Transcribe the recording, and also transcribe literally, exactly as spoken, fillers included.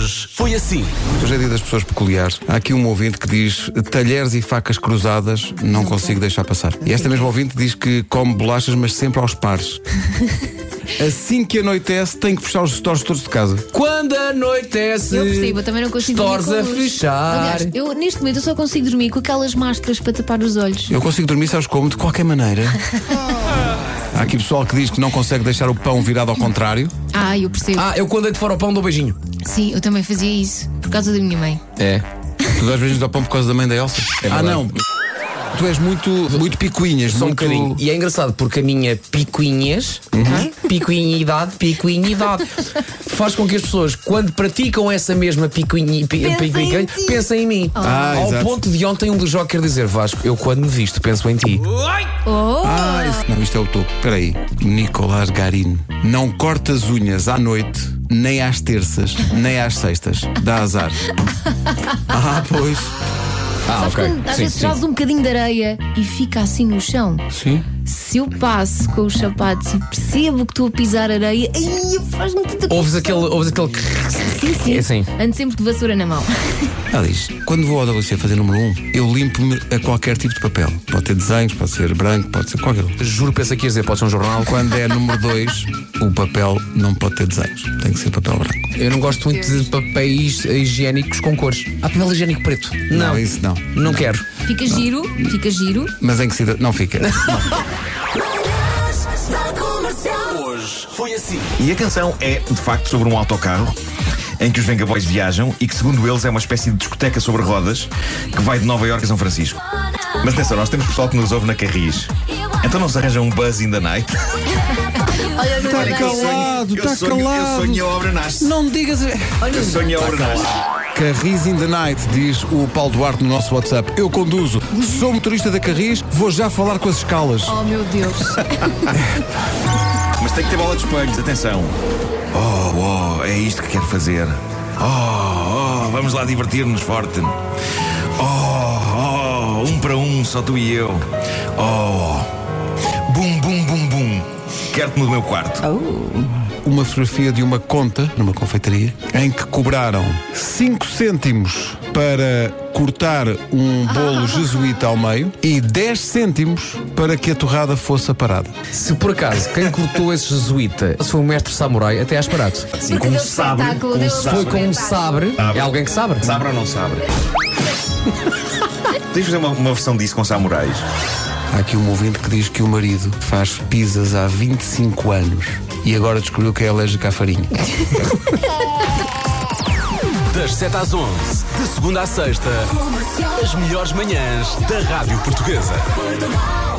Hoje foi assim. Hoje é dia das pessoas peculiares. Há aqui um ouvinte que diz: talheres e facas cruzadas não consigo deixar passar. E esta mesma ouvinte diz que come bolachas, mas sempre aos pares. Assim que anoitece, tem que fechar os stores todos de casa. Quando anoitece, Eu percebo, eu também não consigo stores dormir a com luz. fechar. Aliás, eu neste momento eu só consigo dormir com aquelas máscaras para tapar os olhos. Eu consigo dormir, sabes como? De qualquer maneira. Há aqui pessoal que diz que não consegue deixar o pão virado ao contrário. Ah, eu percebo. Ah, eu quando deito fora o pão dou beijinho. Sim, eu também fazia isso, por causa da minha mãe. É. Tu dás beijinhos ao pão por causa da mãe da Elsa? É ah, verdade. não. Tu és muito, muito picuinhas. Só um muito... bocadinho. E é engraçado porque a minha picuinhas, uhum. picuinhidade, picuinhidade, faz com que as pessoas, quando praticam essa mesma picuinha, pi, Pensa picuinha, em ti. pensem em mim. Ah, Ao exato. ponto de ontem um dos jogos quer dizer: Vasco, eu quando me visto penso em ti. Oh! Ah, isso... Não, isto é o topo. Espera aí. Nicolás Garin. Não corta as unhas à noite, nem às terças, nem às sextas. Dá azar. Ah, pois. Ah, Sabes ok. quando às Sim, vezes sim. traz um bocadinho de areia e fica assim no chão? Sim. Se eu passo com os sapatos e percebo que estou a pisar areia, ai, faz-me tanta Ouves confusão. aquele, ouves aquele. Sim, sim. É assim. Ando sempre de vassoura na mão. Ela diz: quando vou ao W C fazer número um, eu limpo-me a qualquer tipo de papel. Pode ter desenhos, pode ser branco, pode ser qualquer um. Juro, pensa que ias dizer, pode ser um jornal. Quando é número dois, o papel não pode ter desenhos. Tem que ser papel branco. Eu não gosto muito de papéis higiênicos com cores. Há papel higiênico preto. Não, Não, isso não. não quero. Fica giro, fica giro. Mas em que cidade? Não fica. Hoje foi assim. E a canção é, de facto, sobre um autocarro em que os Venga Boys viajam e que, segundo eles, é uma espécie de discoteca sobre rodas que vai de Nova Iorque a São Francisco. Mas atenção, nós temos pessoal que nos ouve na Carris. Então não se arranja um buzz in the night? Olha, não Tá é calado, Eu tá sonho, eu calado. sonho e a obra nasce. Não digas. Eu sonho e a obra nasce. Carris in the night, diz o Paulo Duarte no nosso WhatsApp. Eu conduzo, sou motorista da Carris, vou já falar com as escalas. Oh meu Deus. Mas tem que ter bola de espelhos, atenção. Oh, oh, é isto que quero fazer. Oh, oh, vamos lá divertir-nos forte. Oh, oh, um para um, só tu e eu. Oh, bum, bum, bum, bum. Quero-te no meu quarto. Uma fotografia de uma conta numa confeitaria em que cobraram cinco cêntimos para cortar um bolo jesuíta ao meio e dez cêntimos para que a torrada fosse aparada. Se por acaso quem cortou esse jesuíta se foi um mestre samurai, até acho barato. Assim, Porque com um deu sabre. espetáculo, Com um deu sabre. Foi com um sabre. É alguém que sabe? Sabre ou não sabre? Tens de fazer uma, uma versão disso com samurais? Há aqui um ouvinte que diz que o marido faz pizzas há vinte e cinco anos e agora descobriu que é alérgico à farinha. Das sete às onze, de segunda à sexta, as melhores manhãs da Rádio Portuguesa.